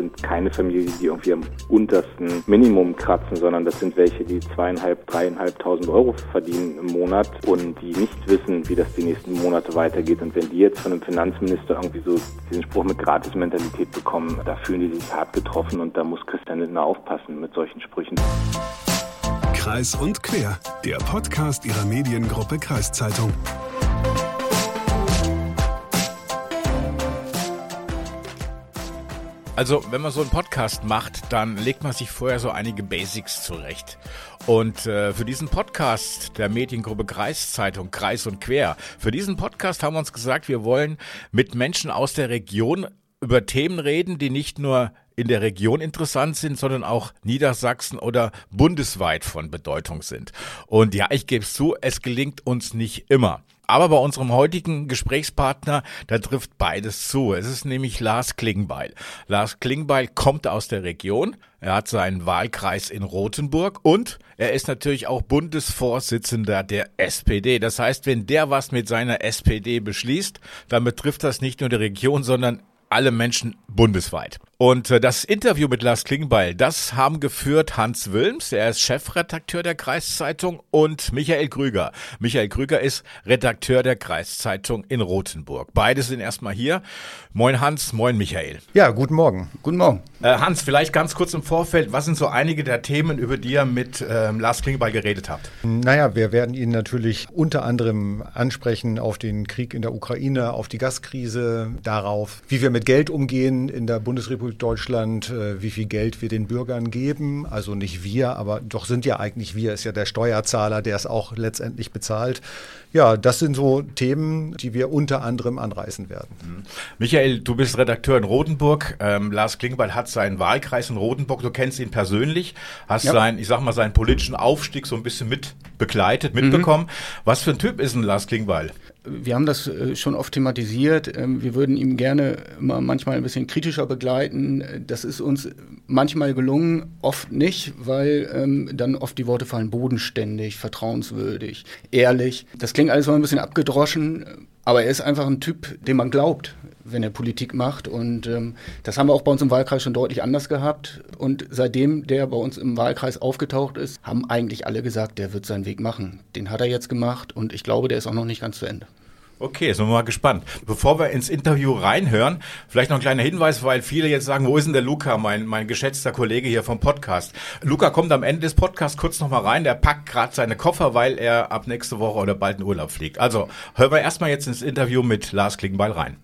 sind keine Familien, die irgendwie am untersten Minimum kratzen, sondern das sind welche, die 2.500, 3.500 Euro verdienen im Monat und die nicht wissen, wie das die nächsten Monate weitergeht. Und wenn die jetzt von einem Finanzminister irgendwie so diesen Spruch mit Gratis-Mentalität bekommen, da fühlen die sich hart getroffen und da muss Christian Lindner aufpassen mit solchen Sprüchen. Kreis und Quer, der Podcast Ihrer Mediengruppe Kreiszeitung. Also, wenn man so einen Podcast macht, dann legt man sich vorher so einige Basics zurecht. Und für diesen Podcast der Mediengruppe Kreiszeitung, Kreis und Quer, für diesen Podcast haben wir uns gesagt, wir wollen mit Menschen aus der Region über Themen reden, die nicht nur in der Region interessant sind, sondern auch Niedersachsen oder bundesweit von Bedeutung sind. Und ja, ich gebe es zu, es gelingt uns nicht immer. Aber bei unserem heutigen Gesprächspartner, da trifft beides zu. Es ist nämlich Lars Klingbeil. Lars Klingbeil kommt aus der Region. Er hat seinen Wahlkreis in Rothenburg und er ist natürlich auch Bundesvorsitzender der SPD. Das heißt, wenn der was mit seiner SPD beschließt, dann betrifft das nicht nur die Region, sondern alle Menschen bundesweit. Und das Interview mit Lars Klingbeil, das haben geführt Hans Wilms, er ist Chefredakteur der Kreiszeitung, und Michael Krüger. Michael Krüger ist Redakteur der Kreiszeitung in Rothenburg. Beide sind erstmal hier. Moin Hans, moin Michael. Ja, guten Morgen. Guten Morgen. Hans, vielleicht ganz kurz im Vorfeld, was sind so einige der Themen, über die ihr mit Lars Klingbeil geredet habt? Naja, wir werden ihn natürlich unter anderem ansprechen auf den Krieg in der Ukraine, auf die Gaskrise, darauf, wie wir mit Geld umgehen in der Bundesrepublik Deutschland, wie viel Geld wir den Bürgern geben. Also nicht wir, aber doch sind ja eigentlich wir, ist ja der Steuerzahler, der es auch letztendlich bezahlt. Ja, das sind so Themen, die wir unter anderem anreißen werden. Michael, du bist Redakteur in Rothenburg. Lars Klingbeil hat seinen Wahlkreis in Rothenburg. Du kennst ihn persönlich, hast seinen politischen Aufstieg so ein bisschen mitbekommen. Was für ein Typ ist ein Lars Klingbeil? Wir haben das schon oft thematisiert. Wir würden ihn gerne immer manchmal ein bisschen kritischer begleiten. Das ist uns manchmal gelungen, oft nicht, weil dann oft die Worte fallen: bodenständig, vertrauenswürdig, ehrlich. Das klingt alles mal ein bisschen abgedroschen, aber er ist einfach ein Typ, dem man glaubt, wenn er Politik macht. Und das haben wir auch bei uns im Wahlkreis schon deutlich anders gehabt. Und seitdem der bei uns im Wahlkreis aufgetaucht ist, haben eigentlich alle gesagt, der wird seinen Weg machen. Den hat er jetzt gemacht und ich glaube, der ist auch noch nicht ganz zu Ende. Okay, sind wir mal gespannt. Bevor wir ins Interview reinhören, vielleicht noch ein kleiner Hinweis, weil viele jetzt sagen, wo ist denn der Luca, mein geschätzter Kollege hier vom Podcast. Luca kommt am Ende des Podcasts kurz noch mal rein, der packt gerade seine Koffer, weil er ab nächste Woche oder bald in Urlaub fliegt. Also hören wir erstmal jetzt ins Interview mit Lars Klingbeil rein.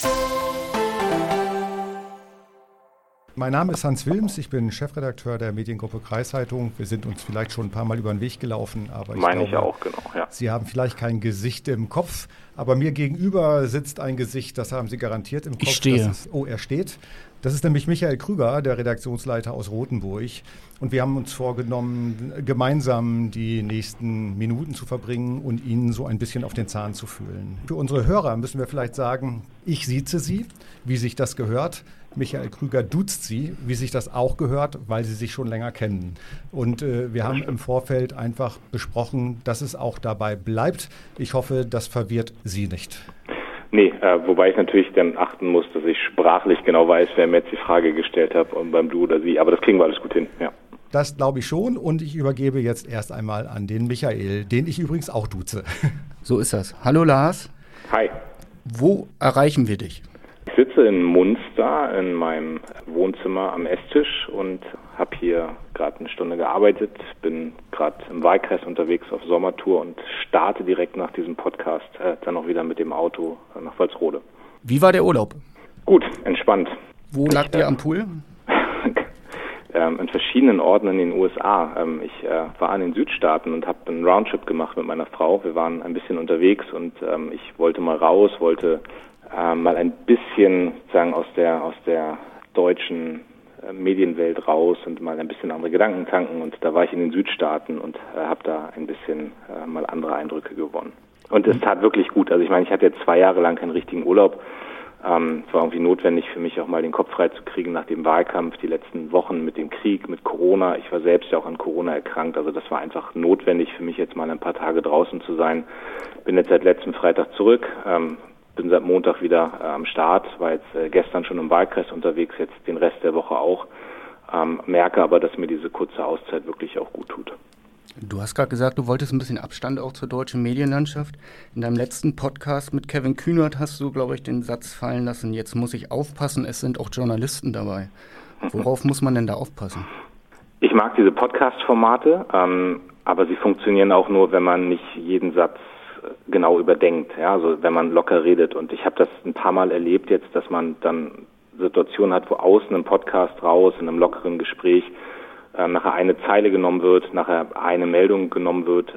Mein Name ist Hans Wilms, ich bin Chefredakteur der Mediengruppe Kreiszeitung. Wir sind uns vielleicht schon ein paar Mal über den Weg gelaufen, aber ich auch, genau, ja. Sie haben vielleicht kein Gesicht im Kopf, aber mir gegenüber sitzt ein Gesicht, das haben Sie garantiert im Kopf. Ich stehe. Er steht. Das ist nämlich Michael Krüger, der Redaktionsleiter aus Rothenburg. Und wir haben uns vorgenommen, gemeinsam die nächsten Minuten zu verbringen und Ihnen so ein bisschen auf den Zahn zu fühlen. Für unsere Hörer müssen wir vielleicht sagen, ich sieze Sie, wie sich das gehört. Michael Krüger duzt Sie, wie sich das auch gehört, weil sie sich schon länger kennen. Und wir haben im Vorfeld einfach besprochen, dass es auch dabei bleibt. Ich hoffe, das verwirrt Sie nicht. Nee, wobei ich natürlich dann achten muss, dass ich sprachlich genau weiß, wer mir jetzt die Frage gestellt hat und beim Du oder Sie. Aber das kriegen wir alles gut hin, ja. Das glaube ich schon und ich übergebe jetzt erst einmal an den Michael, den ich übrigens auch duze. So ist das. Hallo Lars. Hi. Wo erreichen wir dich? Ich sitze in Munster in meinem Wohnzimmer am Esstisch und habe hier gerade eine Stunde gearbeitet, bin gerade im Wahlkreis unterwegs auf Sommertour und starte direkt nach diesem Podcast dann auch wieder mit dem Auto nach Walsrode. Wie war der Urlaub? Gut, entspannt. Wo lag ihr am Pool? In verschiedenen Orten in den USA. Ich war an den Südstaaten und habe einen Roundtrip gemacht mit meiner Frau. Wir waren ein bisschen unterwegs und ich wollte mal raus, wollte mal ein bisschen sozusagen aus der deutschen Medienwelt raus und mal ein bisschen andere Gedanken tanken. Und da war ich in den Südstaaten und habe da ein bisschen mal andere Eindrücke gewonnen. Und es tat wirklich gut. Also ich meine, ich hatte jetzt 2 Jahre lang keinen richtigen Urlaub. Es war irgendwie notwendig für mich auch mal den Kopf frei zu kriegen nach dem Wahlkampf, die letzten Wochen mit dem Krieg, mit Corona. Ich war selbst ja auch an Corona erkrankt, also das war einfach notwendig für mich jetzt mal ein paar Tage draußen zu sein. Bin jetzt seit letztem Freitag zurück, bin seit Montag wieder am Start, war jetzt gestern schon im Wahlkreis unterwegs, jetzt den Rest der Woche auch. Merke aber, dass mir diese kurze Auszeit wirklich auch gut tut. Du hast gerade gesagt, du wolltest ein bisschen Abstand auch zur deutschen Medienlandschaft. In deinem letzten Podcast mit Kevin Kühnert hast du, glaube ich, den Satz fallen lassen, jetzt muss ich aufpassen, es sind auch Journalisten dabei. Worauf muss man denn da aufpassen? Ich mag diese Podcast-Formate, aber sie funktionieren auch nur, wenn man nicht jeden Satz genau überdenkt. Ja? Also wenn man locker redet. Und ich habe das ein paar Mal erlebt jetzt, dass man dann Situationen hat, wo außen im Podcast raus, in einem lockeren Gespräch, nachher eine Zeile genommen wird, nachher eine Meldung genommen wird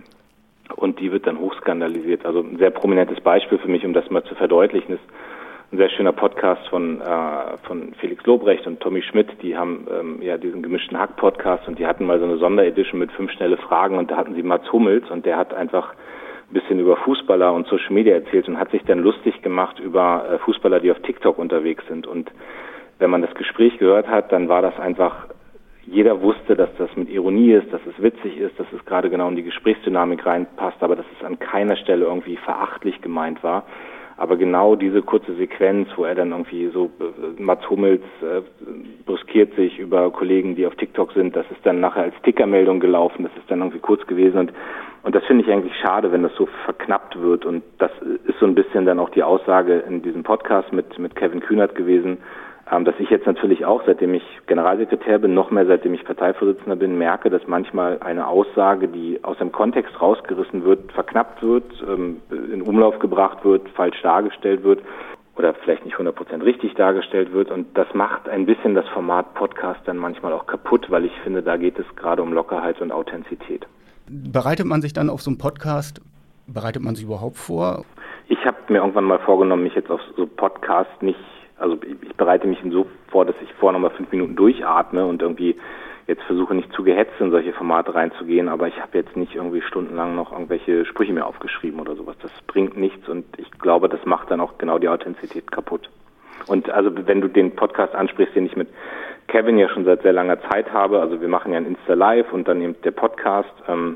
und die wird dann hochskandalisiert. Also ein sehr prominentes Beispiel für mich, um das mal zu verdeutlichen, ist ein sehr schöner Podcast von Felix Lobrecht und Tommy Schmidt. Die haben diesen gemischten Hack-Podcast und die hatten mal so eine Sonderedition mit 5 schnelle Fragen und da hatten sie Mats Hummels und der hat einfach ein bisschen über Fußballer und Social Media erzählt und hat sich dann lustig gemacht über Fußballer, die auf TikTok unterwegs sind. Und wenn man das Gespräch gehört hat, dann war das einfach, jeder wusste, dass das mit Ironie ist, dass es witzig ist, dass es gerade genau in die Gesprächsdynamik reinpasst, aber dass es an keiner Stelle irgendwie verachtlich gemeint war. Aber genau diese kurze Sequenz, wo er dann irgendwie so, Mats Hummels brüskiert sich über Kollegen, die auf TikTok sind, das ist dann nachher als Tickermeldung gelaufen, das ist dann irgendwie kurz gewesen und das finde ich eigentlich schade, wenn das so verknappt wird und das ist so ein bisschen dann auch die Aussage in diesem Podcast mit Kevin Kühnert gewesen, dass ich jetzt natürlich auch, seitdem ich Generalsekretär bin, noch mehr seitdem ich Parteivorsitzender bin, merke, dass manchmal eine Aussage, die aus dem Kontext rausgerissen wird, verknappt wird, in Umlauf gebracht wird, falsch dargestellt wird oder vielleicht nicht 100% richtig dargestellt wird und das macht ein bisschen das Format Podcast dann manchmal auch kaputt, weil ich finde, da geht es gerade um Lockerheit und Authentizität. Bereitet man sich dann auf so einen Podcast, bereitet man sich überhaupt vor? Ich habe mir irgendwann mal vorgenommen, mich jetzt auf so Podcast nicht, also ich bereite mich so vor, dass ich vorher nochmal 5 Minuten durchatme und irgendwie jetzt versuche nicht zu gehetzt in solche Formate reinzugehen, aber ich habe jetzt nicht irgendwie stundenlang noch irgendwelche Sprüche mir aufgeschrieben oder sowas. Das bringt nichts und ich glaube, das macht dann auch genau die Authentizität kaputt. Und also wenn du den Podcast ansprichst, den ich mit Kevin ja schon seit sehr langer Zeit habe, also wir machen ja ein Insta-Live und dann eben der Podcast,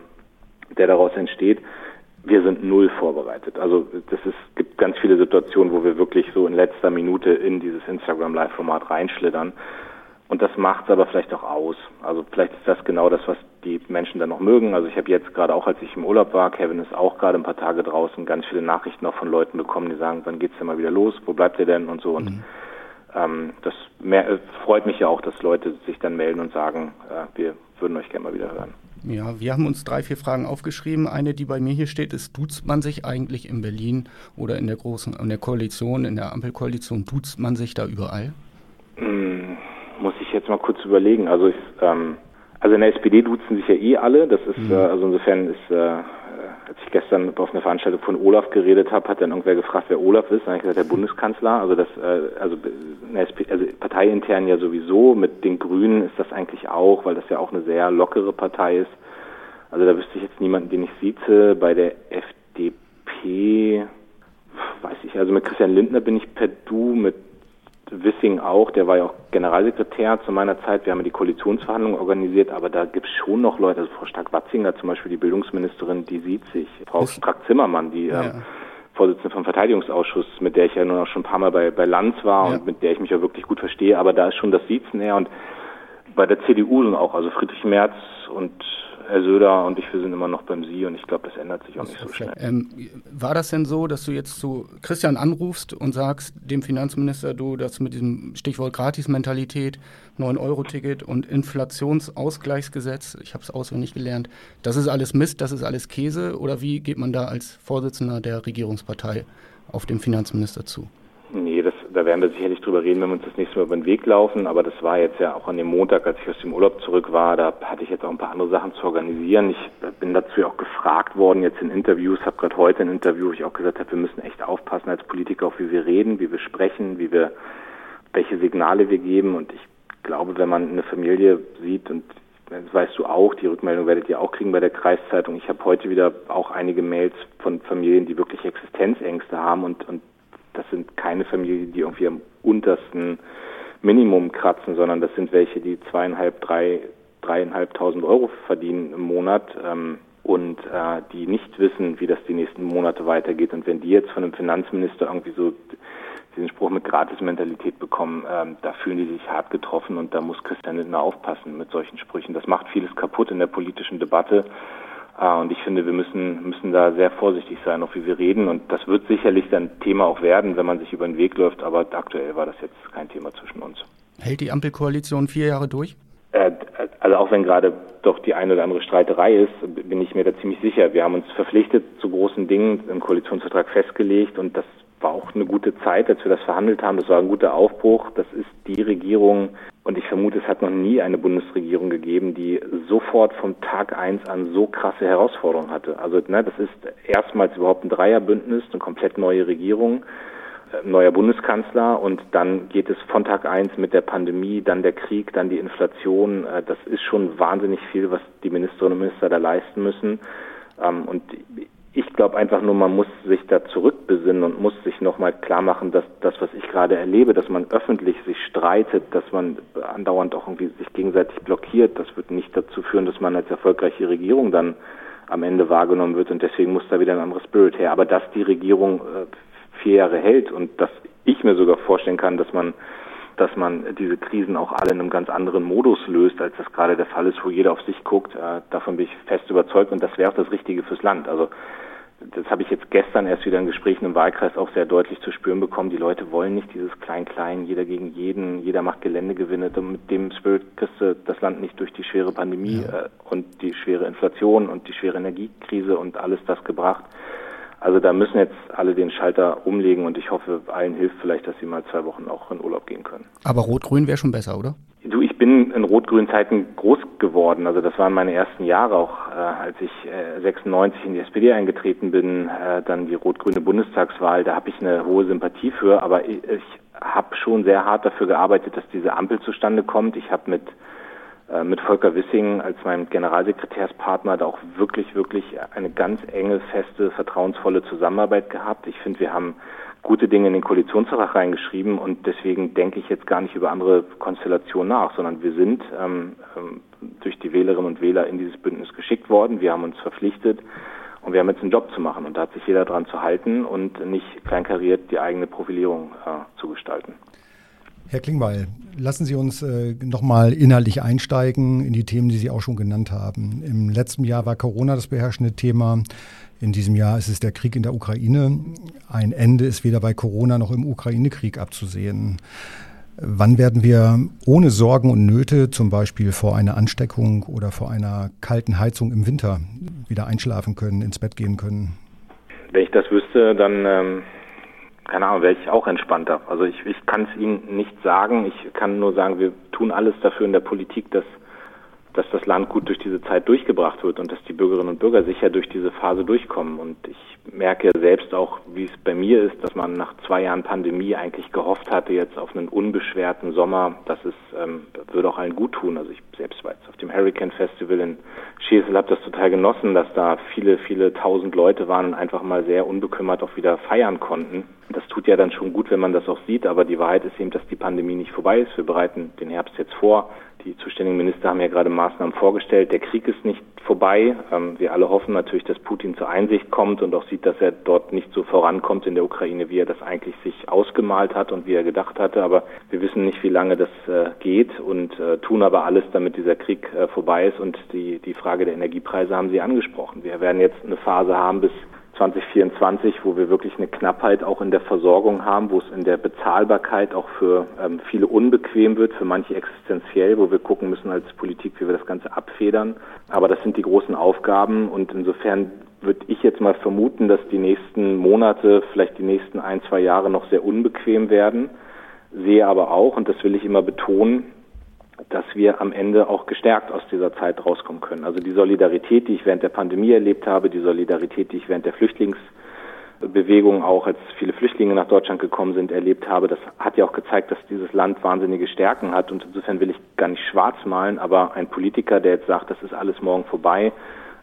der daraus entsteht, wir sind null vorbereitet. Also gibt ganz viele Situationen, wo wir wirklich so in letzter Minute in dieses Instagram-Live-Format reinschlittern. Und das macht es aber vielleicht auch aus. Also vielleicht ist das genau das, was die Menschen dann noch mögen. Also ich habe jetzt gerade auch, als ich im Urlaub war, Kevin ist auch gerade ein paar Tage draußen, ganz viele Nachrichten auch von Leuten bekommen, die sagen, wann geht's denn mal wieder los? Wo bleibt ihr denn? Und so. Und das freut mich ja auch, dass Leute sich dann melden und sagen, wir würden euch gerne mal wieder hören. Ja, wir haben uns 3, 4 Fragen aufgeschrieben. Eine, die bei mir hier steht, ist, duzt man sich eigentlich in Berlin oder in der Koalition, in der Ampelkoalition, duzt man sich da überall? Muss ich jetzt mal kurz überlegen. Also in der SPD duzen sich ja eh alle. Das ist, also insofern ist, als ich gestern auf einer Veranstaltung von Olaf geredet habe, hat dann irgendwer gefragt, wer Olaf ist. Dann habe ich gesagt, der Bundeskanzler. Also in der SPD, also parteiintern ja sowieso. Mit den Grünen ist das eigentlich auch, weil das ja auch eine sehr lockere Partei ist. Also da wüsste ich jetzt niemanden, den ich sieze. Bei der FDP weiß ich, also mit Christian Lindner bin ich per Du, mit Wissing auch, der war ja auch Generalsekretär zu meiner Zeit. Wir haben ja die Koalitionsverhandlungen organisiert, aber da gibt es schon noch Leute, also Frau Stark-Watzinger zum Beispiel, die Bildungsministerin, die sieht sich. Frau Strack-Zimmermann, die Vorsitzende vom Verteidigungsausschuss, mit der ich ja nun auch schon ein paar Mal bei Lanz war und mit der ich mich ja wirklich gut verstehe, aber da ist schon das Siezen her und bei der CDU dann auch, also Friedrich Merz und Herr Söder und wir sind immer noch beim Sie und ich glaube, das ändert sich auch nicht so schnell. War das denn so, dass du jetzt zu Christian anrufst und sagst dem Finanzminister, du, das mit diesem Stichwort Gratis-Mentalität, 9-Euro-Ticket und Inflationsausgleichsgesetz, ich habe es auswendig gelernt, das ist alles Mist, das ist alles Käse oder wie geht man da als Vorsitzender der Regierungspartei auf den Finanzminister zu? Nee, da werden wir sicherlich drüber reden, wenn wir uns das nächste Mal über den Weg laufen, aber das war jetzt ja auch an dem Montag, als ich aus dem Urlaub zurück war, da hatte ich jetzt auch ein paar andere Sachen zu organisieren. Ich bin dazu ja auch gefragt worden jetzt in Interviews, habe gerade heute ein Interview, wo ich auch gesagt habe, wir müssen echt aufpassen als Politiker, auch wie wir reden, wie wir sprechen, welche Signale wir geben und ich glaube, wenn man eine Familie sieht und das weißt du auch, die Rückmeldung werdet ihr auch kriegen bei der Kreiszeitung. Ich habe heute wieder auch einige Mails von Familien, die wirklich Existenzängste haben und das sind keine Familien, die irgendwie am untersten Minimum kratzen, sondern das sind welche, die 2.500, 3.500 Euro verdienen im Monat. und die nicht wissen, wie das die nächsten Monate weitergeht. Und wenn die jetzt von einem Finanzminister irgendwie so diesen Spruch mit Gratis-Mentalität bekommen, da fühlen die sich hart getroffen und da muss Christian Lindner aufpassen mit solchen Sprüchen. Das macht vieles kaputt in der politischen Debatte und ich finde, wir müssen da sehr vorsichtig sein, auch wie wir reden, und das wird sicherlich dann Thema auch werden, wenn man sich über den Weg läuft, aber aktuell war das jetzt kein Thema zwischen uns. Hält die Ampelkoalition 4 Jahre durch? Also auch wenn gerade doch die eine oder andere Streiterei ist, bin ich mir da ziemlich sicher. Wir haben uns verpflichtet zu großen Dingen im Koalitionsvertrag festgelegt und das war auch eine gute Zeit, als wir das verhandelt haben. Das war ein guter Aufbruch. Das ist die Regierung und ich vermute, es hat noch nie eine Bundesregierung gegeben, die sofort vom Tag 1 an so krasse Herausforderungen hatte. Also das ist erstmals überhaupt ein Dreierbündnis, eine komplett neue Regierung, neuer Bundeskanzler und dann geht es von Tag 1 mit der Pandemie, dann der Krieg, dann die Inflation. Das ist schon wahnsinnig viel, was die Ministerinnen und Minister da leisten müssen. Und ich glaube einfach nur, man muss sich da zurückbesinnen und muss sich nochmal klar machen, dass das, was ich gerade erlebe, dass man öffentlich sich streitet, dass man andauernd auch irgendwie sich gegenseitig blockiert, das wird nicht dazu führen, dass man als erfolgreiche Regierung dann am Ende wahrgenommen wird und deswegen muss da wieder ein anderer Spirit her. Aber dass die Regierung 4 Jahre hält und dass ich mir sogar vorstellen kann, dass man diese Krisen auch alle in einem ganz anderen Modus löst, als das gerade der Fall ist, wo jeder auf sich guckt. Davon bin ich fest überzeugt und das wäre auch das Richtige fürs Land. Also das habe ich jetzt gestern erst wieder in Gesprächen im Wahlkreis auch sehr deutlich zu spüren bekommen. Die Leute wollen nicht dieses Klein-Klein, jeder gegen jeden, jeder macht Geländegewinne. Mit dem Spirit kriegst du das Land nicht durch die schwere Pandemie und die schwere Inflation und die schwere Energiekrise und alles das gebracht. Also da müssen jetzt alle den Schalter umlegen und ich hoffe, allen hilft vielleicht, dass sie mal 2 Wochen auch in Urlaub gehen können. Aber Rot-Grün wäre schon besser, oder? Du, ich bin in rot-grünen Zeiten groß geworden. Also das waren meine ersten Jahre auch, als ich 96 in die SPD eingetreten bin, dann die rot-grüne Bundestagswahl. Da habe ich eine hohe Sympathie für, aber ich habe schon sehr hart dafür gearbeitet, dass diese Ampel zustande kommt. Ich habe mit Volker Wissing als meinem Generalsekretärspartner da auch wirklich eine ganz enge, feste, vertrauensvolle Zusammenarbeit gehabt. Ich finde, wir haben gute Dinge in den Koalitionsvertrag reingeschrieben und deswegen denke ich jetzt gar nicht über andere Konstellationen nach, sondern wir sind durch die Wählerinnen und Wähler in dieses Bündnis geschickt worden. Wir haben uns verpflichtet und wir haben jetzt einen Job zu machen und da hat sich jeder dran zu halten und nicht kleinkariert die eigene Profilierung zu gestalten. Herr Klingbeil, lassen Sie uns nochmal inhaltlich einsteigen in die Themen, die Sie auch schon genannt haben. Im letzten Jahr war Corona das beherrschende Thema. In diesem Jahr ist es der Krieg in der Ukraine. Ein Ende ist weder bei Corona noch im Ukraine-Krieg abzusehen. Wann werden wir ohne Sorgen und Nöte, zum Beispiel vor einer Ansteckung oder vor einer kalten Heizung im Winter, wieder einschlafen können, ins Bett gehen können? Wenn ich das wüsste, dann keine Ahnung, wäre ich auch entspannter. Also ich kann es Ihnen nicht sagen. Ich kann nur sagen, wir tun alles dafür in der Politik, dass das Land gut durch diese Zeit durchgebracht wird und dass die Bürgerinnen und Bürger sicher durch diese Phase durchkommen. Und ich merke selbst auch, wie es bei mir ist, dass man nach 2 Jahren Pandemie eigentlich gehofft hatte jetzt auf einen unbeschwerten Sommer. Das würde auch allen gut tun. Also ich selbst war jetzt auf dem Hurricane Festival in Schesel, habe das total genossen, dass da viele tausend Leute waren und einfach mal sehr unbekümmert auch wieder feiern konnten. Das tut ja dann schon gut, wenn man das auch sieht, aber die Wahrheit ist eben, dass die Pandemie nicht vorbei ist. Wir bereiten den Herbst jetzt vor. Die zuständigen Minister haben ja gerade Maßnahmen vorgestellt. Der Krieg ist nicht vorbei. Wir alle hoffen natürlich, dass Putin zur Einsicht kommt und auch sieht, dass er dort nicht so vorankommt in der Ukraine, wie er das eigentlich sich ausgemalt hat und wie er gedacht hatte. Aber wir wissen nicht, wie lange das geht und tun aber alles, damit dieser Krieg vorbei ist. Und die Frage der Energiepreise haben Sie angesprochen. Wir werden jetzt eine Phase haben bis 2024, wo wir wirklich eine Knappheit auch in der Versorgung haben, wo es in der Bezahlbarkeit auch für viele unbequem wird, für manche existenziell, wo wir gucken müssen als Politik, wie wir das Ganze abfedern. Aber das sind die großen Aufgaben und insofern würde ich jetzt mal vermuten, dass die nächsten Monate, vielleicht die nächsten 1-2 Jahre noch sehr unbequem werden. Sehe aber auch, und das will ich immer betonen, dass wir am Ende auch gestärkt aus dieser Zeit rauskommen können. Also die Solidarität, die ich während der Pandemie erlebt habe, die Solidarität, die ich während der Flüchtlingsbewegung auch, als viele Flüchtlinge nach Deutschland gekommen sind, erlebt habe, das hat ja auch gezeigt, dass dieses Land wahnsinnige Stärken hat und insofern will ich gar nicht schwarz malen, aber ein Politiker, der jetzt sagt, das ist alles morgen vorbei,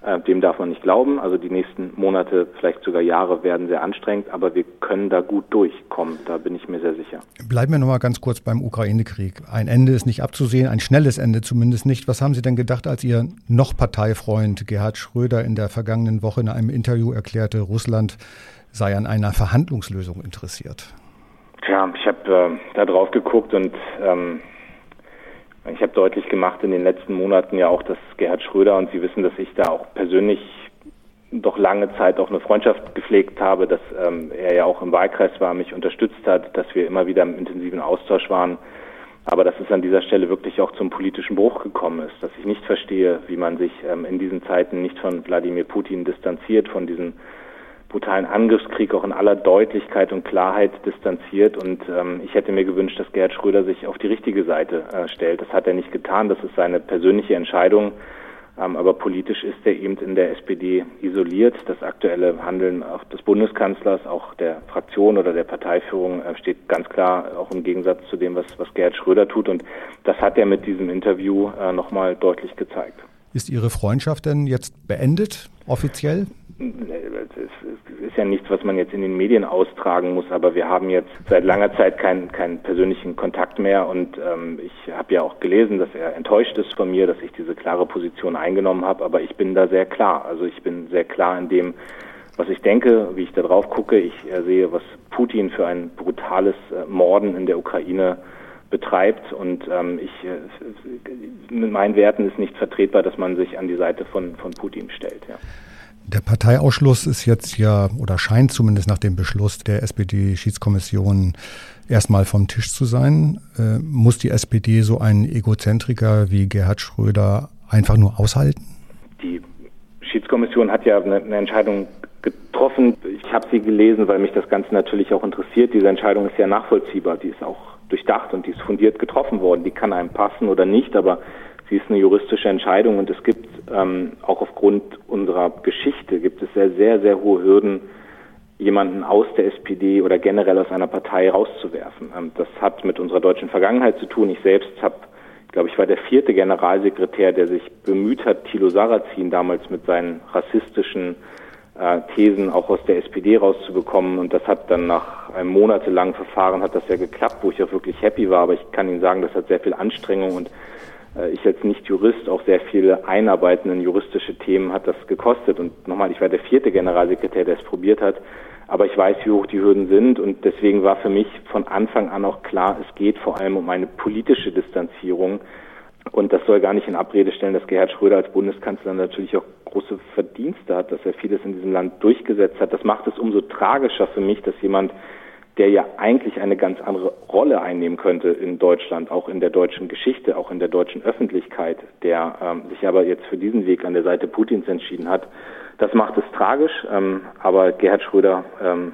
Dem darf man nicht glauben. Also die nächsten Monate, vielleicht sogar Jahre werden sehr anstrengend, aber wir können da gut durchkommen. Da bin ich mir sehr sicher. Bleiben wir noch mal ganz kurz beim Ukraine-Krieg. Ein Ende ist nicht abzusehen, ein schnelles Ende zumindest nicht. Was haben Sie denn gedacht, als Ihr noch Parteifreund Gerhard Schröder in der vergangenen Woche in einem Interview erklärte, Russland sei an einer Verhandlungslösung interessiert? Tja, ich habe da drauf geguckt und ich habe deutlich gemacht in den letzten Monaten ja auch, dass Gerhard Schröder, und Sie wissen, dass ich da auch persönlich doch lange Zeit auch eine Freundschaft gepflegt habe, dass er ja auch im Wahlkreis war, mich unterstützt hat, dass wir immer wieder im intensiven Austausch waren. Aber dass es an dieser Stelle wirklich auch zum politischen Bruch gekommen ist, dass ich nicht verstehe, wie man sich in diesen Zeiten nicht von Wladimir Putin distanziert, von diesem brutalen Angriffskrieg auch in aller Deutlichkeit und Klarheit distanziert. Und ich hätte mir gewünscht, dass Gerhard Schröder sich auf die richtige Seite stellt. Das hat er nicht getan. Das ist seine persönliche Entscheidung. Aber politisch ist er eben in der SPD isoliert. Das aktuelle Handeln auch des Bundeskanzlers, auch der Fraktion oder der Parteiführung steht ganz klar auch im Gegensatz zu dem, was Gerhard Schröder tut. Und das hat er mit diesem Interview nochmal deutlich gezeigt. Ist Ihre Freundschaft denn jetzt beendet, offiziell? Es ist ja nichts, was man jetzt in den Medien austragen muss, aber wir haben jetzt seit langer Zeit keinen persönlichen Kontakt mehr und ich habe ja auch gelesen, dass er enttäuscht ist von mir, dass ich diese klare Position eingenommen habe, aber ich bin da sehr klar. Also ich bin sehr klar in dem, was ich denke, wie ich da drauf gucke. Ich sehe, was Putin für ein brutales Morden in der Ukraine betreibt und mit meinen Werten ist nicht vertretbar, dass man sich an die Seite von Putin stellt. Ja. Der Parteiausschluss ist jetzt ja, oder scheint zumindest nach dem Beschluss der SPD-Schiedskommission erstmal vom Tisch zu sein. Muss die SPD so einen Egozentriker wie Gerhard Schröder einfach nur aushalten? Die Schiedskommission hat ja eine Entscheidung getroffen. Ich habe sie gelesen, weil mich das Ganze natürlich auch interessiert. Diese Entscheidung ist ja nachvollziehbar. Die ist auch durchdacht und die ist fundiert getroffen worden. Die kann einem passen oder nicht, aber sie ist eine juristische Entscheidung und es gibt auch aufgrund unserer Geschichte gibt es sehr, sehr, sehr hohe Hürden, jemanden aus der SPD oder generell aus einer Partei rauszuwerfen. Das hat mit unserer deutschen Vergangenheit zu tun. Ich selbst ich war der 4. Generalsekretär, der sich bemüht hat, Thilo Sarrazin damals mit seinen rassistischen Thesen auch aus der SPD rauszubekommen und das hat dann nach einem monatelangen Verfahren hat das ja geklappt, wo ich auch wirklich happy war, aber ich kann Ihnen sagen, das hat sehr viel Anstrengung und ich als Nicht-Jurist auch sehr viele Einarbeiten in juristische Themen hat das gekostet. Und nochmal, ich war der 4. Generalsekretär, der es probiert hat. Aber ich weiß, wie hoch die Hürden sind. Und deswegen war für mich von Anfang an auch klar, es geht vor allem um eine politische Distanzierung. Und das soll gar nicht in Abrede stellen, dass Gerhard Schröder als Bundeskanzler natürlich auch große Verdienste hat, dass er vieles in diesem Land durchgesetzt hat. Das macht es umso tragischer für mich, dass jemand, der ja eigentlich eine ganz andere Rolle einnehmen könnte in Deutschland, auch in der deutschen Geschichte, auch in der deutschen Öffentlichkeit, der sich aber jetzt für diesen Weg an der Seite Putins entschieden hat. Das macht es tragisch, aber Gerhard Schröder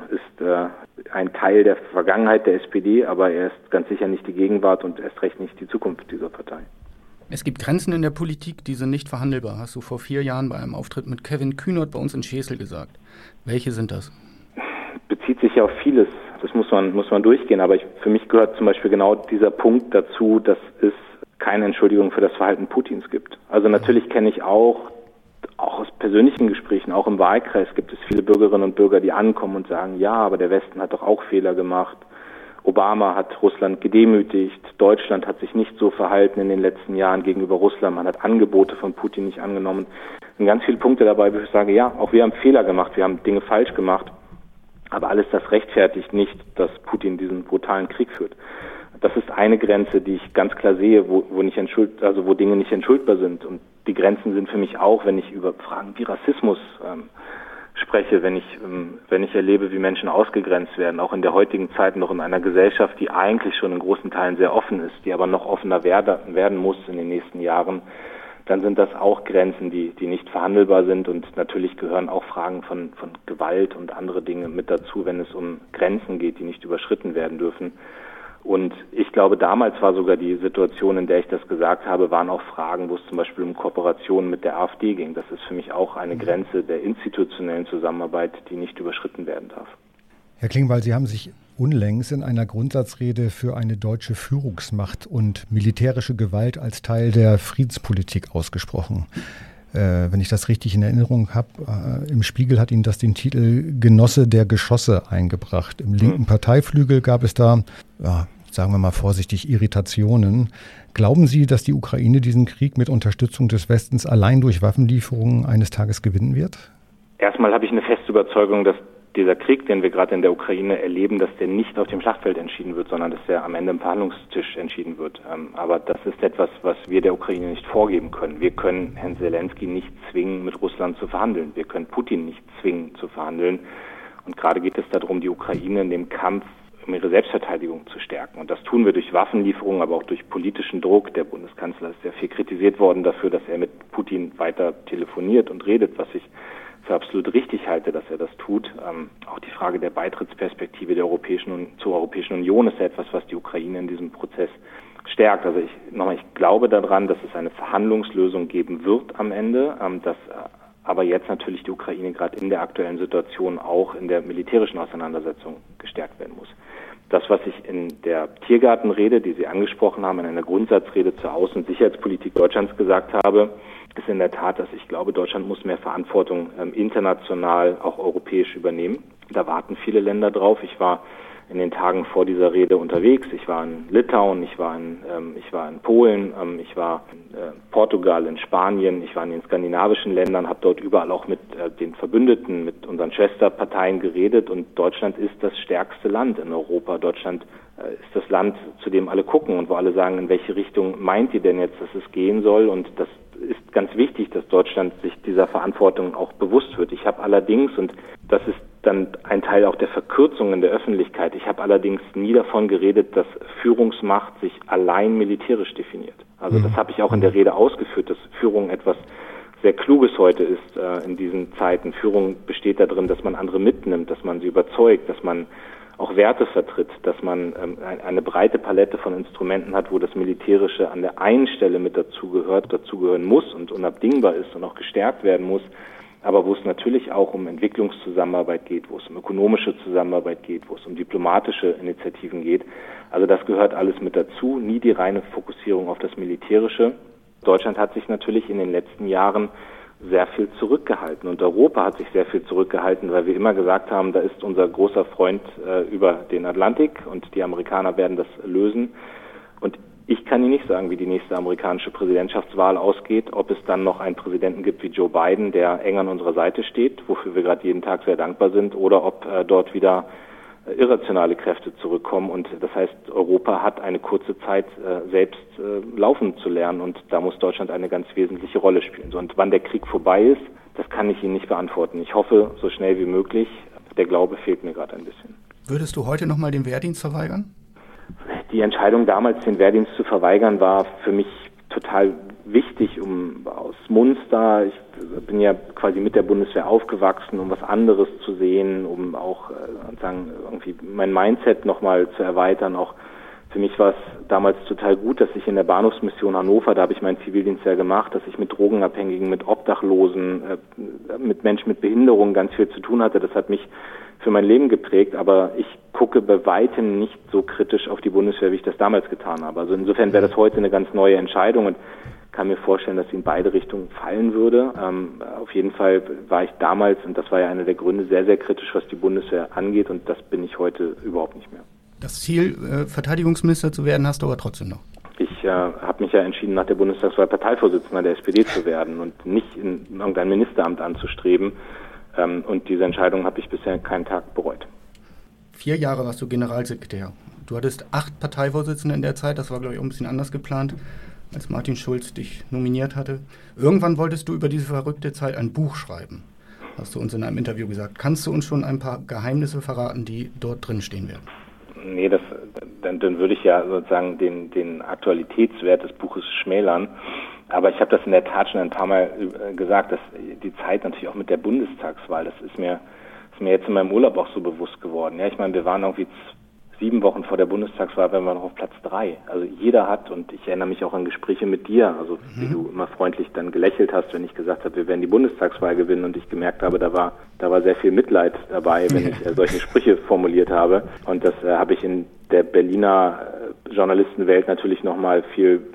ist ein Teil der Vergangenheit der SPD, aber er ist ganz sicher nicht die Gegenwart und erst recht nicht die Zukunft dieser Partei. Es gibt Grenzen in der Politik, die sind nicht verhandelbar, hast du vor 4 Jahren bei einem Auftritt mit Kevin Kühnert bei uns in Schesel gesagt. Welche sind das? Bezieht sich ja auf vieles. Das muss man durchgehen. Aber für mich gehört zum Beispiel genau dieser Punkt dazu, dass es keine Entschuldigung für das Verhalten Putins gibt. Also natürlich kenne ich auch aus persönlichen Gesprächen, auch im Wahlkreis gibt es viele Bürgerinnen und Bürger, die ankommen und sagen, ja, aber der Westen hat doch auch Fehler gemacht. Obama hat Russland gedemütigt. Deutschland hat sich nicht so verhalten in den letzten Jahren gegenüber Russland. Man hat Angebote von Putin nicht angenommen. Es sind ganz viele Punkte dabei, wo ich sage, ja, auch wir haben Fehler gemacht, wir haben Dinge falsch gemacht. Aber alles das rechtfertigt nicht, dass Putin diesen brutalen Krieg führt. Das ist eine Grenze, die ich ganz klar sehe, wo Dinge nicht entschuldbar sind. Und die Grenzen sind für mich auch, wenn ich über Fragen wie Rassismus spreche, wenn ich erlebe, wie Menschen ausgegrenzt werden, auch in der heutigen Zeit noch in einer Gesellschaft, die eigentlich schon in großen Teilen sehr offen ist, die aber noch offener werden muss in den nächsten Jahren. Dann sind das auch Grenzen, die nicht verhandelbar sind und natürlich gehören auch Fragen von Gewalt und andere Dinge mit dazu, wenn es um Grenzen geht, die nicht überschritten werden dürfen. Und ich glaube, damals war sogar die Situation, in der ich das gesagt habe, waren auch Fragen, wo es zum Beispiel um Kooperationen mit der AfD ging. Das ist für mich auch eine Grenze der institutionellen Zusammenarbeit, die nicht überschritten werden darf. Herr Klingbeil, Sie haben sich unlängst in einer Grundsatzrede für eine deutsche Führungsmacht und militärische Gewalt als Teil der Friedenspolitik ausgesprochen. wenn ich das richtig in Erinnerung habe, im Spiegel hat Ihnen das den Titel Genosse der Geschosse eingebracht. Im linken Parteiflügel gab es da, sagen wir mal vorsichtig, Irritationen. Glauben Sie, dass die Ukraine diesen Krieg mit Unterstützung des Westens allein durch Waffenlieferungen eines Tages gewinnen wird? Erstmal habe ich eine feste Überzeugung, dass dieser Krieg, den wir gerade in der Ukraine erleben, dass der nicht auf dem Schlachtfeld entschieden wird, sondern dass der am Ende am Verhandlungstisch entschieden wird. Aber das ist etwas, was wir der Ukraine nicht vorgeben können. Wir können Herrn Zelensky nicht zwingen, mit Russland zu verhandeln. Wir können Putin nicht zwingen, zu verhandeln. Und gerade geht es darum, die Ukraine in dem Kampf um ihre Selbstverteidigung zu stärken. Und das tun wir durch Waffenlieferungen, aber auch durch politischen Druck. Der Bundeskanzler ist sehr viel kritisiert worden dafür, dass er mit Putin weiter telefoniert und redet, was ich für absolut richtig halte, dass er das tut. Auch die Frage der Beitrittsperspektive zur Europäischen Union ist ja etwas, was die Ukraine in diesem Prozess stärkt. Also ich glaube daran, dass es eine Verhandlungslösung geben wird am Ende, dass aber jetzt natürlich die Ukraine gerade in der aktuellen Situation auch in der militärischen Auseinandersetzung gestärkt werden muss. Das, was ich in der Tiergartenrede, die Sie angesprochen haben, in einer Grundsatzrede zur Außen- und Sicherheitspolitik Deutschlands gesagt habe, ist in der Tat, dass ich glaube, Deutschland muss mehr Verantwortung international, auch europäisch übernehmen. Da warten viele Länder drauf. Ich war in den Tagen vor dieser Rede unterwegs. Ich war in Litauen, ich war in Polen, ich war in Portugal, in Spanien, ich war in den skandinavischen Ländern, habe dort überall auch mit den Verbündeten, mit unseren Schwesterparteien geredet und Deutschland ist das stärkste Land in Europa. Deutschland ist das Land, zu dem alle gucken und wo alle sagen, in welche Richtung meint ihr denn jetzt, dass es gehen soll? Und das ist ganz wichtig, dass Deutschland sich dieser Verantwortung auch bewusst wird. Ich habe allerdings, und das ist dann ein Teil auch der Verkürzung in der Öffentlichkeit, ich habe allerdings nie davon geredet, dass Führungsmacht sich allein militärisch definiert. Also das habe ich auch in der Rede ausgeführt, dass Führung etwas sehr Kluges heute ist in diesen Zeiten. Führung besteht darin, dass man andere mitnimmt, dass man sie überzeugt, dass man auch Werte vertritt, dass man eine breite Palette von Instrumenten hat, wo das Militärische an der einen Stelle mit dazugehören muss und unabdingbar ist und auch gestärkt werden muss, aber wo es natürlich auch um Entwicklungszusammenarbeit geht, wo es um ökonomische Zusammenarbeit geht, wo es um diplomatische Initiativen geht. Also das gehört alles mit dazu, nie die reine Fokussierung auf das Militärische. Deutschland hat sich natürlich in den letzten Jahren sehr viel zurückgehalten und Europa hat sich sehr viel zurückgehalten, weil wir immer gesagt haben, da ist unser großer Freund über den Atlantik und die Amerikaner werden das lösen. Und ich kann Ihnen nicht sagen, wie die nächste amerikanische Präsidentschaftswahl ausgeht, ob es dann noch einen Präsidenten gibt wie Joe Biden, der eng an unserer Seite steht, wofür wir gerade jeden Tag sehr dankbar sind, oder ob dort wieder irrationale Kräfte zurückkommen. Und das heißt, Europa hat eine kurze Zeit selbst laufen zu lernen und da muss Deutschland eine ganz wesentliche Rolle spielen. Und wann der Krieg vorbei ist, das kann ich Ihnen nicht beantworten. Ich hoffe, so schnell wie möglich. Der Glaube fehlt mir gerade ein bisschen. Würdest du heute nochmal den Wehrdienst verweigern? Die Entscheidung damals, den Wehrdienst zu verweigern, war für mich total wichtig, aus Munster, ich bin ja quasi mit der Bundeswehr aufgewachsen, um was anderes zu sehen, um auch sozusagen irgendwie mein Mindset nochmal zu erweitern. Auch für mich war es damals total gut, dass ich in der Bahnhofsmission Hannover, da habe ich meinen Zivildienst ja gemacht, dass ich mit Drogenabhängigen, mit Obdachlosen, mit Menschen mit Behinderung ganz viel zu tun hatte. Das hat mich für mein Leben geprägt, aber ich gucke bei weitem nicht so kritisch auf die Bundeswehr, wie ich das damals getan habe. Also insofern wäre das heute eine ganz neue Entscheidung und kann mir vorstellen, dass sie in beide Richtungen fallen würde. Auf jeden Fall war ich damals, und das war ja einer der Gründe, sehr, sehr kritisch, was die Bundeswehr angeht und das bin ich heute überhaupt nicht mehr. Das Ziel, Verteidigungsminister zu werden, hast du aber trotzdem noch. Ich habe mich ja entschieden, nach der Bundestagswahl Parteivorsitzender der SPD zu werden und nicht in irgendein Ministeramt anzustreben. Und diese Entscheidung habe ich bisher keinen Tag bereut. 4 Jahre warst du Generalsekretär. Du hattest 8 Parteivorsitzende in der Zeit, das war, glaube ich, auch ein bisschen anders geplant, als Martin Schulz dich nominiert hatte. Irgendwann wolltest du über diese verrückte Zeit ein Buch schreiben, hast du uns in einem Interview gesagt. Kannst du uns schon ein paar Geheimnisse verraten, die dort drin stehen werden? Nee, dann würde ich ja sozusagen den Aktualitätswert des Buches schmälern. Aber ich habe das in der Tat schon ein paar Mal gesagt, dass die Zeit natürlich auch mit der Bundestagswahl, das ist mir jetzt in meinem Urlaub auch so bewusst geworden. Ja, ich meine, wir waren irgendwie 7 Wochen vor der Bundestagswahl, waren wir noch auf Platz 3. Also jeder hat, und ich erinnere mich auch an Gespräche mit dir, also wie du immer freundlich dann gelächelt hast, wenn ich gesagt habe, wir werden die Bundestagswahl gewinnen und ich gemerkt habe, da war sehr viel Mitleid dabei, wenn ich solche Sprüche formuliert habe. Und das habe ich in der Berliner Journalistenwelt natürlich nochmal viel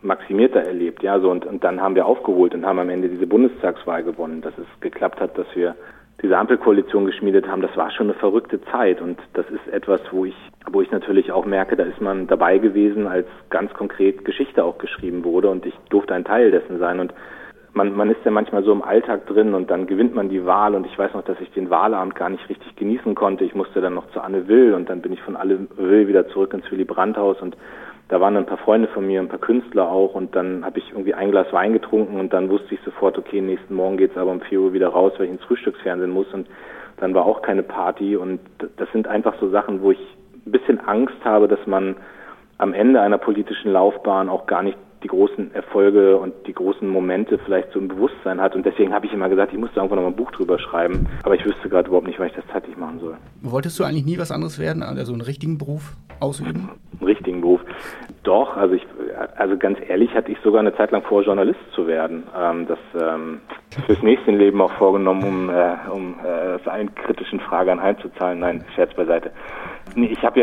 maximierter erlebt. Ja, so und dann haben wir aufgeholt und haben am Ende diese Bundestagswahl gewonnen. Dass es geklappt hat, dass wir diese Ampelkoalition geschmiedet haben, das war schon eine verrückte Zeit und das ist etwas, wo ich natürlich auch merke, da ist man dabei gewesen, als ganz konkret Geschichte auch geschrieben wurde und ich durfte ein Teil dessen sein und man ist ja manchmal so im Alltag drin und dann gewinnt man die Wahl und ich weiß noch, dass ich den Wahlabend gar nicht richtig genießen konnte. Ich musste dann noch zu Anne Will und dann bin ich von Anne Will wieder zurück ins Willy Brandt-Haus und da waren ein paar Freunde von mir, ein paar Künstler auch und dann habe ich irgendwie ein Glas Wein getrunken und dann wusste ich sofort, okay, nächsten Morgen geht's aber um 4 Uhr wieder raus, weil ich ins Frühstücksfernsehen muss und dann war auch keine Party und das sind einfach so Sachen, wo ich ein bisschen Angst habe, dass man am Ende einer politischen Laufbahn auch gar nicht die großen Erfolge und die großen Momente vielleicht so im Bewusstsein hat. Und deswegen habe ich immer gesagt, ich musste irgendwann noch mal ein Buch drüber schreiben. Aber ich wüsste gerade überhaupt nicht, wann ich das fertig machen soll. Wolltest du eigentlich nie was anderes werden, also einen richtigen Beruf ausüben? Einen richtigen Beruf? Doch, also ganz ehrlich hatte ich sogar eine Zeit lang vor, Journalist zu werden. Das fürs nächste Leben auch vorgenommen, um seinen kritischen Frage anheimzuzahlen. Nein, Scherz beiseite. Nee, ich habe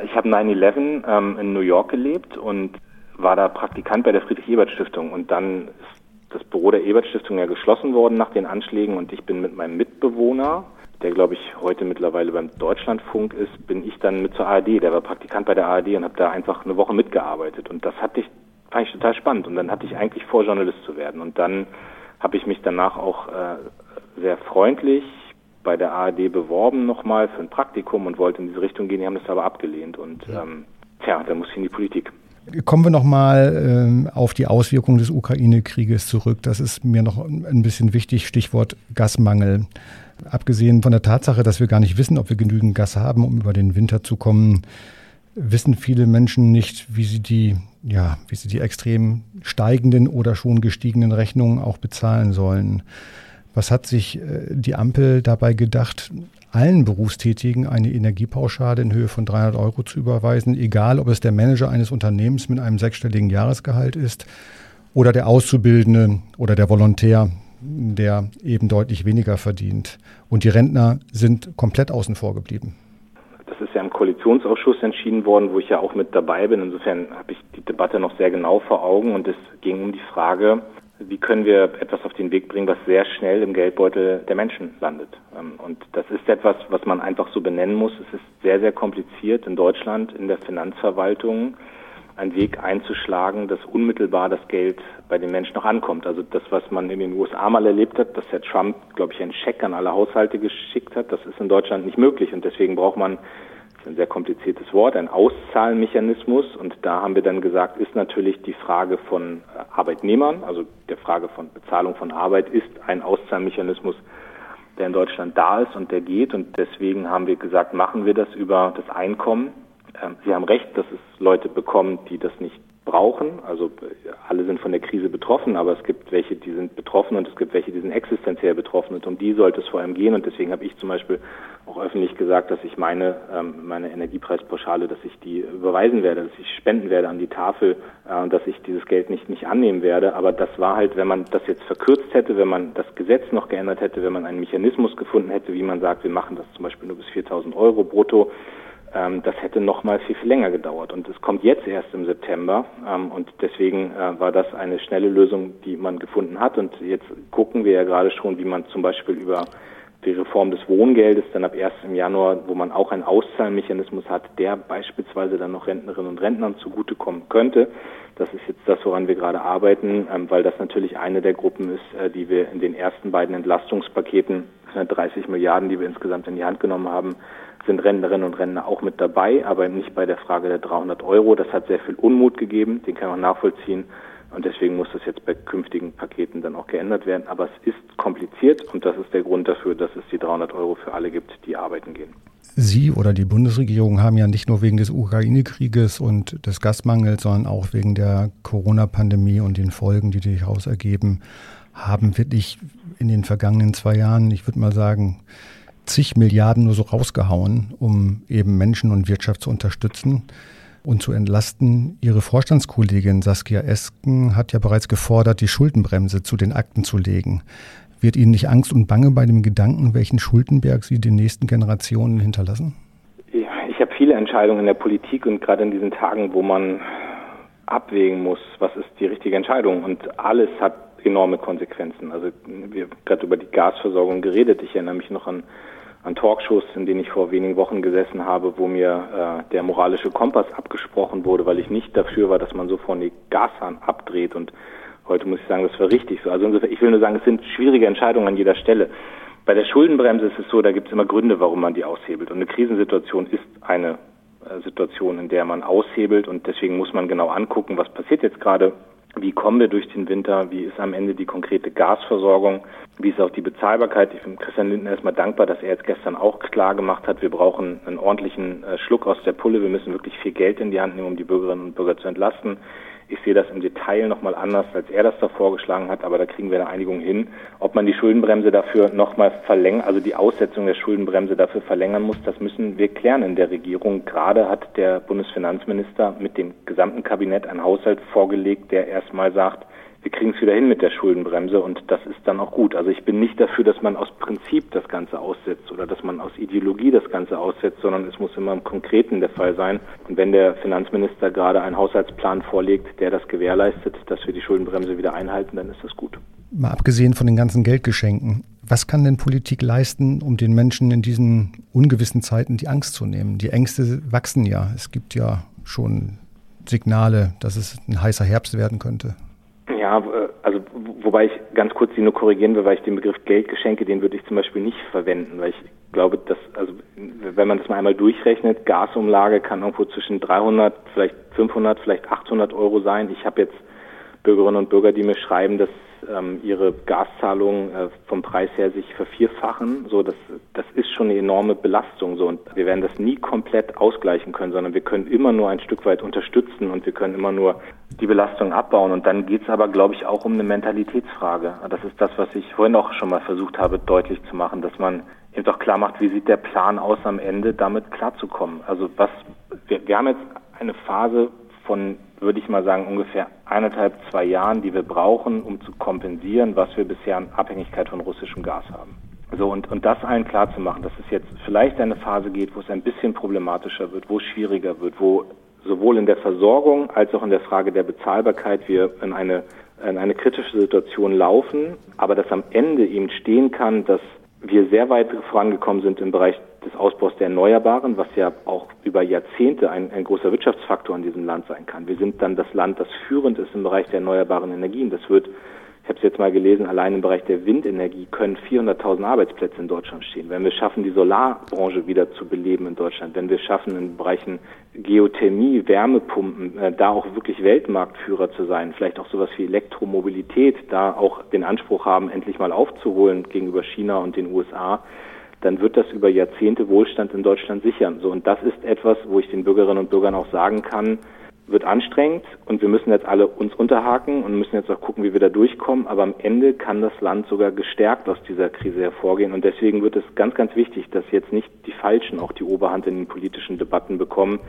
9/11 in New York gelebt und war da Praktikant bei der Friedrich-Ebert-Stiftung und dann ist das Büro der Ebert-Stiftung ja geschlossen worden nach den Anschlägen und ich bin mit meinem Mitbewohner, der glaube ich heute mittlerweile beim Deutschlandfunk ist, bin ich dann mit zur ARD, der war Praktikant bei der ARD und habe da einfach eine Woche mitgearbeitet und das fand ich total spannend und dann hatte ich eigentlich vor, Journalist zu werden und dann habe ich mich danach auch sehr freundlich bei der ARD beworben nochmal für ein Praktikum und wollte in diese Richtung gehen, die haben das aber abgelehnt und dann muss ich in die Politik. Kommen wir nochmal auf die Auswirkungen des Ukraine-Krieges zurück. Das ist mir noch ein bisschen wichtig, Stichwort Gasmangel. Abgesehen von der Tatsache, dass wir gar nicht wissen, ob wir genügend Gas haben, um über den Winter zu kommen, wissen viele Menschen nicht, wie sie die extrem steigenden oder schon gestiegenen Rechnungen auch bezahlen sollen. Was hat sich die Ampel dabei gedacht, allen Berufstätigen eine Energiepauschale in Höhe von 300 € zu überweisen, egal ob es der Manager eines Unternehmens mit einem 6-stelligen Jahresgehalt ist oder der Auszubildende oder der Volontär, der eben deutlich weniger verdient. Und die Rentner sind komplett außen vor geblieben. Das ist ja im Koalitionsausschuss entschieden worden, wo ich ja auch mit dabei bin. Insofern habe ich die Debatte noch sehr genau vor Augen und es ging um die Frage, wie können wir etwas auf den Weg bringen, was sehr schnell im Geldbeutel der Menschen landet. Und das ist etwas, was man einfach so benennen muss. Es ist sehr, sehr kompliziert in Deutschland, in der Finanzverwaltung, einen Weg einzuschlagen, dass unmittelbar das Geld bei den Menschen noch ankommt. Also das, was man in den USA mal erlebt hat, dass Herr Trump, glaube ich, einen Scheck an alle Haushalte geschickt hat, das ist in Deutschland nicht möglich. Und deswegen braucht man, das ist ein sehr kompliziertes Wort, einen Auszahlenmechanismus. Und da haben wir dann gesagt, ist natürlich die Frage von Arbeitnehmern, also der Frage von Bezahlung von Arbeit, ist ein Auszahlmechanismus, der in Deutschland da ist und der geht. Und deswegen haben wir gesagt, machen wir das über das Einkommen. Sie haben recht, dass es Leute bekommen, die das nicht brauchen. Also alle sind von der Krise betroffen, aber es gibt welche, die sind betroffen und es gibt welche, die sind existenziell betroffen und um die sollte es vor allem gehen. Und deswegen habe ich zum Beispiel auch öffentlich gesagt, dass ich meine Energiepreispauschale, dass ich die überweisen werde, dass ich spenden werde an die Tafel und dass ich dieses Geld nicht annehmen werde. Aber das war halt, wenn man das jetzt verkürzt hätte, wenn man das Gesetz noch geändert hätte, wenn man einen Mechanismus gefunden hätte, wie man sagt, wir machen das zum Beispiel nur bis 4.000 € brutto, das hätte noch mal viel länger gedauert. Und es kommt jetzt erst im September. Und deswegen war das eine schnelle Lösung, die man gefunden hat. Und jetzt gucken wir ja gerade schon, wie man zum Beispiel über die Reform des Wohngeldes dann ab 1. Januar, wo man auch einen Auszahlmechanismus hat, der beispielsweise dann noch Rentnerinnen und Rentnern zugutekommen könnte. Das ist jetzt das, woran wir gerade arbeiten, weil das natürlich eine der Gruppen ist, die wir in den ersten beiden Entlastungspaketen, 30 Milliarden, die wir insgesamt in die Hand genommen haben, sind Rentnerinnen und Rentner auch mit dabei, aber nicht bei der Frage der 300 €. Das hat sehr viel Unmut gegeben, den kann man nachvollziehen. Und deswegen muss das jetzt bei künftigen Paketen dann auch geändert werden. Aber es ist kompliziert und das ist der Grund dafür, dass es die 300 € für alle gibt, die arbeiten gehen. Sie oder die Bundesregierung haben ja nicht nur wegen des Ukraine-Krieges und des Gasmangels, sondern auch wegen der Corona-Pandemie und den Folgen, die daraus ergeben, haben wirklich in den vergangenen 2 Jahren, ich würde mal sagen, zig Milliarden nur so rausgehauen, um eben Menschen und Wirtschaft zu unterstützen und zu entlasten. Ihre Vorstandskollegin Saskia Esken hat ja bereits gefordert, die Schuldenbremse zu den Akten zu legen. Wird Ihnen nicht Angst und Bange bei dem Gedanken, welchen Schuldenberg Sie den nächsten Generationen hinterlassen? Ich habe viele Entscheidungen in der Politik und gerade in diesen Tagen, wo man abwägen muss, was ist die richtige Entscheidung. Und alles hat enorme Konsequenzen. Also wir haben gerade über die Gasversorgung geredet. Ich erinnere mich noch an Talkshows, in denen ich vor wenigen Wochen gesessen habe, wo mir der moralische Kompass abgesprochen wurde, weil ich nicht dafür war, dass man so von den Gashahn abdreht. Und heute muss ich sagen, das war richtig so. Also insofern, ich will nur sagen, es sind schwierige Entscheidungen an jeder Stelle. Bei der Schuldenbremse ist es so, da gibt es immer Gründe, warum man die aushebelt. Und eine Krisensituation ist eine Situation, in der man aushebelt. Und deswegen muss man genau angucken, was passiert jetzt gerade. Wie kommen wir durch den Winter? Wie ist am Ende die konkrete Gasversorgung? Wie ist auch die Bezahlbarkeit? Ich bin Christian Lindner erstmal dankbar, dass er jetzt gestern auch klar gemacht hat, wir brauchen einen ordentlichen Schluck aus der Pulle. Wir müssen wirklich viel Geld in die Hand nehmen, um die Bürgerinnen und Bürger zu entlasten. Ich sehe das im Detail nochmal anders, als er das da vorgeschlagen hat, aber da kriegen wir eine Einigung hin. Ob man die Schuldenbremse dafür nochmal verlängern, also die Aussetzung der Schuldenbremse dafür verlängern muss, das müssen wir klären in der Regierung. Gerade hat der Bundesfinanzminister mit dem gesamten Kabinett einen Haushalt vorgelegt, der erstmal sagt, wir kriegen es wieder hin mit der Schuldenbremse und das ist dann auch gut. Also ich bin nicht dafür, dass man aus Prinzip das Ganze aussetzt oder dass man aus Ideologie das Ganze aussetzt, sondern es muss immer im Konkreten der Fall sein. Und wenn der Finanzminister gerade einen Haushaltsplan vorlegt, der das gewährleistet, dass wir die Schuldenbremse wieder einhalten, dann ist das gut. Mal abgesehen von den ganzen Geldgeschenken, was kann denn Politik leisten, um den Menschen in diesen ungewissen Zeiten die Angst zu nehmen? Die Ängste wachsen ja. Es gibt ja schon Signale, dass es ein heißer Herbst werden könnte. Ja, also wobei ich ganz kurz Sie nur korrigieren will, weil ich den Begriff Geldgeschenke, den würde ich zum Beispiel nicht verwenden, weil ich glaube, dass, also wenn man das mal einmal durchrechnet, Gasumlage kann irgendwo zwischen 300, vielleicht 500, vielleicht 800 Euro sein. Ich habe jetzt Bürgerinnen und Bürger, die mir schreiben, dass ihre Gaszahlungen vom Preis her sich vervierfachen. So, das ist schon eine enorme Belastung. So, und wir werden das nie komplett ausgleichen können, sondern wir können immer nur ein Stück weit unterstützen und wir können immer nur die Belastung abbauen. Und dann geht es aber, glaube ich, auch um eine Mentalitätsfrage. Das ist das, was ich vorhin auch schon mal versucht habe, deutlich zu machen, dass man eben doch klar macht, wie sieht der Plan aus am Ende, damit klarzukommen. Also wir haben jetzt eine Phase von, würde ich mal sagen, ungefähr 1,5-2 Jahren, die wir brauchen, um zu kompensieren, was wir bisher an Abhängigkeit von russischem Gas haben. So, und das allen klar zu machen, dass es jetzt vielleicht eine Phase geht, wo es ein bisschen problematischer wird, wo es schwieriger wird, wo sowohl in der Versorgung als auch in der Frage der Bezahlbarkeit wir in eine kritische Situation laufen, aber dass am Ende eben stehen kann, dass wir sehr weit vorangekommen sind im Bereich des Ausbaus der Erneuerbaren, was ja auch über Jahrzehnte ein großer Wirtschaftsfaktor in diesem Land sein kann. Wir sind dann das Land, das führend ist im Bereich der erneuerbaren Energien. Das wird, ich habe es jetzt mal gelesen, allein im Bereich der Windenergie können 400.000 Arbeitsplätze in Deutschland stehen. Wenn wir schaffen, die Solarbranche wieder zu beleben in Deutschland, wenn wir schaffen, in Bereichen Geothermie, Wärmepumpen, da auch wirklich Weltmarktführer zu sein, vielleicht auch sowas wie Elektromobilität, da auch den Anspruch haben, endlich mal aufzuholen gegenüber China und den USA, dann wird das über Jahrzehnte Wohlstand in Deutschland sichern. So, und das ist etwas, wo ich den Bürgerinnen und Bürgern auch sagen kann, wird anstrengend und wir müssen jetzt alle uns unterhaken und müssen jetzt auch gucken, wie wir da durchkommen. Aber am Ende kann das Land sogar gestärkt aus dieser Krise hervorgehen. Und deswegen wird es ganz, ganz wichtig, dass jetzt nicht die Falschen auch die Oberhand in den politischen Debatten bekommen.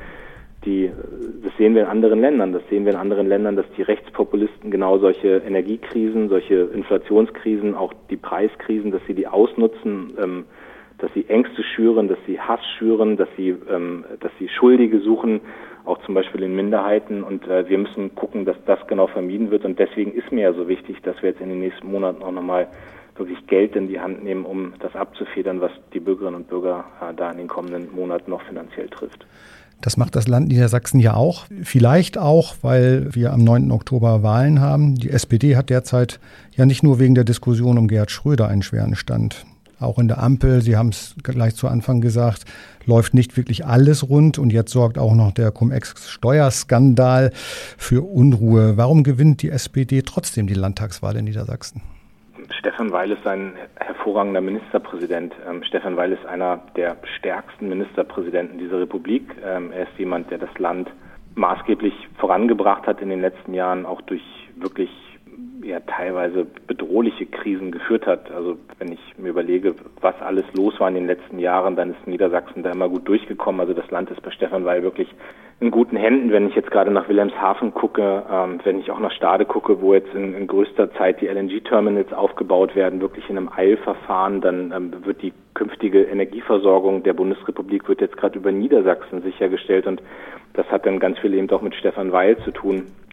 Das sehen wir in anderen Ländern. Das sehen wir in anderen Ländern, dass die Rechtspopulisten genau solche Energiekrisen, solche Inflationskrisen, auch die Preiskrisen, dass sie die ausnutzen, dass sie Ängste schüren, dass sie Hass schüren, dass sie Schuldige suchen, auch zum Beispiel in Minderheiten. Und wir müssen gucken, dass das genau vermieden wird. Und deswegen ist mir ja so wichtig, dass wir jetzt in den nächsten Monaten auch nochmal wirklich Geld in die Hand nehmen, um das abzufedern, was die Bürgerinnen und Bürger da in den kommenden Monaten noch finanziell trifft. Das macht das Land Niedersachsen ja auch. Vielleicht auch, weil wir am 9. Oktober Wahlen haben. Die SPD hat derzeit ja nicht nur wegen der Diskussion um Gerhard Schröder einen schweren Stand. Auch in der Ampel, Sie haben es gleich zu Anfang gesagt, läuft nicht wirklich alles rund. Und jetzt sorgt auch noch der Cum-Ex-Steuerskandal für Unruhe. Warum gewinnt die SPD trotzdem die Landtagswahl in Niedersachsen? Stefan Weil ist ein hervorragender Ministerpräsident. Stefan Weil ist einer der stärksten Ministerpräsidenten dieser Republik. Er ist jemand, der das Land maßgeblich vorangebracht hat in den letzten Jahren, auch durch wirklich teilweise bedrohliche Krisen geführt hat. Also wenn ich mir überlege, was alles los war in den letzten Jahren, dann ist Niedersachsen da immer gut durchgekommen. Also das Land ist bei Stefan Weil wirklich in guten Händen. Wenn ich jetzt gerade nach Wilhelmshaven gucke, wenn ich auch nach Stade gucke, wo jetzt in größter Zeit die LNG-Terminals aufgebaut werden, wirklich in einem Eilverfahren, dann wird die künftige Energieversorgung der Bundesrepublik wird jetzt gerade über Niedersachsen sichergestellt und das hat dann ganz viel eben auch mit Stefan Weil zu tun.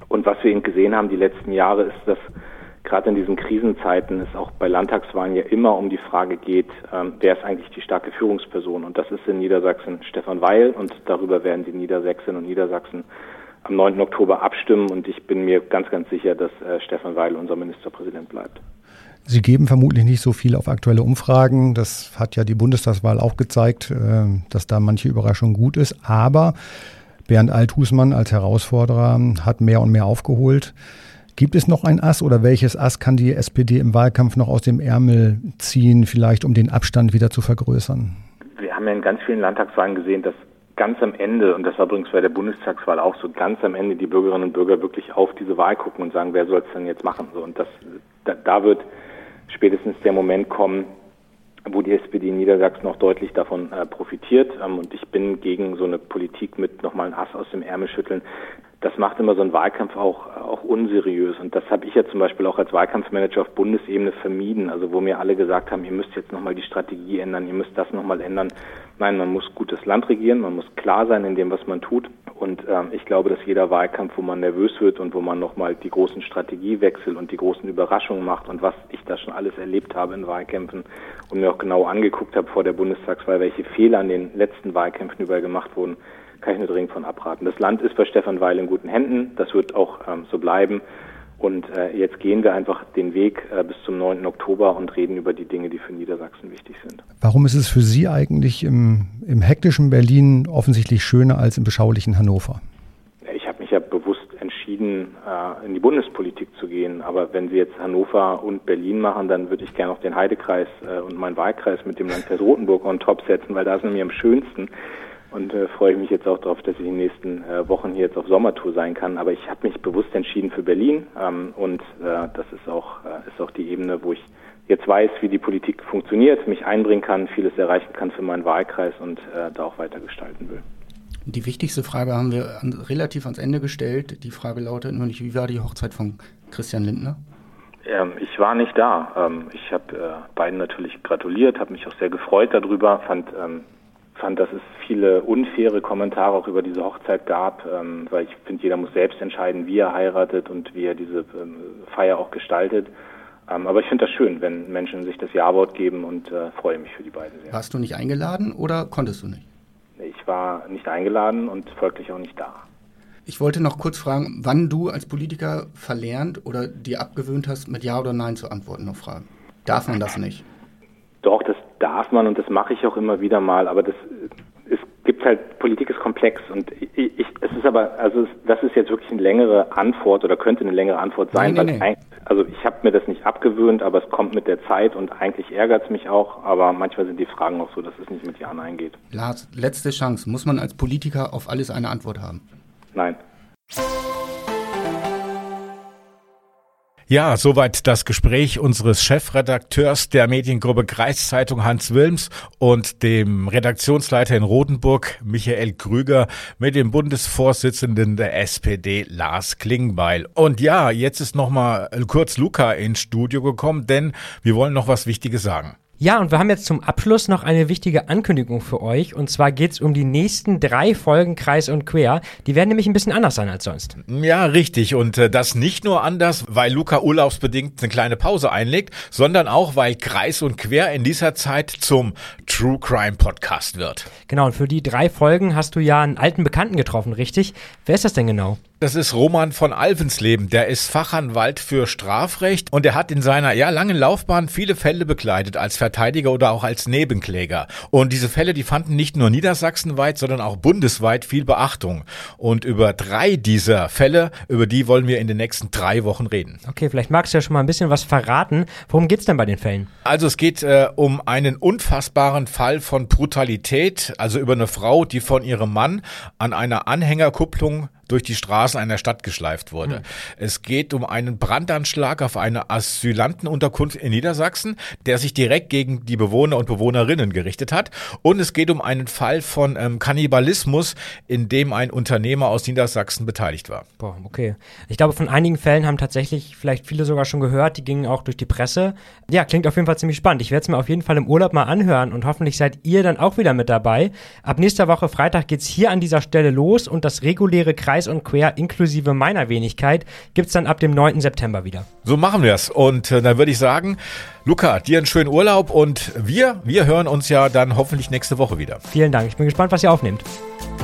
Und was wir eben gesehen haben die letzten Jahre ist, dass gerade in diesen Krisenzeiten es auch bei Landtagswahlen ja immer um die Frage geht, wer ist eigentlich die starke Führungsperson? Und das ist in Niedersachsen Stefan Weil und darüber werden die Niedersächsinnen und Niedersachsen am 9. Oktober abstimmen und ich bin mir ganz, ganz sicher, dass Stefan Weil unser Ministerpräsident bleibt. Sie geben vermutlich nicht so viel auf aktuelle Umfragen. Das hat ja die Bundestagswahl auch gezeigt, dass da manche Überraschung gut ist. Aber Bernd Althusmann als Herausforderer hat mehr und mehr aufgeholt. Gibt es noch ein Ass oder welches Ass kann die SPD im Wahlkampf noch aus dem Ärmel ziehen, vielleicht um den Abstand wieder zu vergrößern? Wir haben ja in ganz vielen Landtagswahlen gesehen, dass ganz am Ende, und das war übrigens bei der Bundestagswahl auch so, ganz am Ende die Bürgerinnen und Bürger wirklich auf diese Wahl gucken und sagen, wer soll es denn jetzt machen? So, und da wird spätestens der Moment kommen, wo die SPD in Niedersachsen auch deutlich davon profitiert. Und ich bin gegen so eine Politik mit nochmal ein Ass aus dem Ärmel schütteln. Das macht immer so einen Wahlkampf auch unseriös. Und das habe ich ja zum Beispiel auch als Wahlkampfmanager auf Bundesebene vermieden. Also wo mir alle gesagt haben, ihr müsst jetzt nochmal die Strategie ändern, ihr müsst das nochmal ändern. Nein, man muss gutes Land regieren, man muss klar sein in dem, was man tut. Und ich glaube, dass jeder Wahlkampf, wo man nervös wird und wo man nochmal die großen Strategiewechsel und die großen Überraschungen macht und was ich da schon alles erlebt habe in Wahlkämpfen und mir auch genau angeguckt habe vor der Bundestagswahl, welche Fehler an den letzten Wahlkämpfen überall gemacht wurden, kann ich nur dringend von abraten. Das Land ist bei Stefan Weil in guten Händen, das wird auch so bleiben. Und jetzt gehen wir einfach den Weg bis zum 9. Oktober und reden über die Dinge, die für Niedersachsen wichtig sind. Warum ist es für Sie eigentlich im hektischen Berlin offensichtlich schöner als im beschaulichen Hannover? Ich habe mich ja bewusst entschieden, in die Bundespolitik zu gehen. Aber wenn Sie jetzt Hannover und Berlin machen, dann würde ich gerne auch den Heidekreis und meinen Wahlkreis mit dem Landkreis Rothenburg on top setzen, weil da ist nämlich am schönsten. Und freue ich mich jetzt auch darauf, dass ich in den nächsten Wochen hier jetzt auf Sommertour sein kann. Aber ich habe mich bewusst entschieden für Berlin und das ist auch die Ebene, wo ich jetzt weiß, wie die Politik funktioniert, mich einbringen kann, vieles erreichen kann für meinen Wahlkreis und da auch weiter gestalten will. Die wichtigste Frage haben wir relativ ans Ende gestellt. Die Frage lautet nämlich, wie war die Hochzeit von Christian Lindner? Ich war nicht da. Ich habe beiden natürlich gratuliert, habe mich auch sehr gefreut darüber, fand, dass es viele unfaire Kommentare auch über diese Hochzeit gab, weil ich finde, jeder muss selbst entscheiden, wie er heiratet und wie er diese Feier auch gestaltet. Aber ich finde das schön, wenn Menschen sich das Ja-Wort geben und freue mich für die beiden sehr. Warst du nicht eingeladen oder konntest du nicht? Ich war nicht eingeladen und folglich auch nicht da. Ich wollte noch kurz fragen, wann du als Politiker verlernt oder dir abgewöhnt hast, mit Ja oder Nein zu antworten auf Fragen. Darf man das nicht? Doch, das darf man und das mache ich auch immer wieder mal, aber es gibt halt, Politik ist komplex und das ist jetzt wirklich eine längere Antwort oder könnte eine längere Antwort sein. Nein. Also ich habe mir das nicht abgewöhnt, aber es kommt mit der Zeit und eigentlich ärgert es mich auch, aber manchmal sind die Fragen auch so, dass es nicht mit Ja Nein geht. Lars, letzte Chance. Muss man als Politiker auf alles eine Antwort haben? Nein. Ja, soweit das Gespräch unseres Chefredakteurs der Mediengruppe Kreiszeitung Hans Wilms und dem Redaktionsleiter in Rothenburg Michael Krüger mit dem Bundesvorsitzenden der SPD Lars Klingbeil. Und ja, jetzt ist nochmal kurz Luca ins Studio gekommen, denn wir wollen noch was Wichtiges sagen. Ja, und wir haben jetzt zum Abschluss noch eine wichtige Ankündigung für euch. Und zwar geht's um die nächsten 3 Folgen Kreis und Quer. Die werden nämlich ein bisschen anders sein als sonst. Ja, richtig. Und das nicht nur anders, weil Luca urlaubsbedingt eine kleine Pause einlegt, sondern auch, weil Kreis und Quer in dieser Zeit zum True Crime Podcast wird. Genau, und für die 3 Folgen hast du ja einen alten Bekannten getroffen, richtig? Wer ist das denn genau? Das ist Roman von Alvensleben, der ist Fachanwalt für Strafrecht und er hat in seiner langen Laufbahn viele Fälle begleitet als Verteidiger oder auch als Nebenkläger. Und diese Fälle, die fanden nicht nur niedersachsenweit, sondern auch bundesweit viel Beachtung. Und über 3 dieser Fälle, über die wollen wir in den nächsten 3 Wochen reden. Okay, vielleicht magst du ja schon mal ein bisschen was verraten. Worum geht's denn bei den Fällen? Also es geht um einen unfassbaren Fall von Brutalität, also über eine Frau, die von ihrem Mann an einer Anhängerkupplung durch die Straßen einer Stadt geschleift wurde. Es geht um einen Brandanschlag auf eine Asylantenunterkunft in Niedersachsen, der sich direkt gegen die Bewohner und Bewohnerinnen gerichtet hat. Und es geht um einen Fall von Kannibalismus, in dem ein Unternehmer aus Niedersachsen beteiligt war. Boah, okay. Ich glaube, von einigen Fällen haben tatsächlich vielleicht viele sogar schon gehört, die gingen auch durch die Presse. Ja, klingt auf jeden Fall ziemlich spannend. Ich werde es mir auf jeden Fall im Urlaub mal anhören und hoffentlich seid ihr dann auch wieder mit dabei. Ab nächster Woche Freitag geht's hier an dieser Stelle los und das reguläre Kreis Kreis und Quer inklusive meiner Wenigkeit gibt's dann ab dem 9. September wieder. So machen wir es. Und dann würde ich sagen, Luca, dir einen schönen Urlaub und wir hören uns ja dann hoffentlich nächste Woche wieder. Vielen Dank. Ich bin gespannt, was ihr aufnehmt.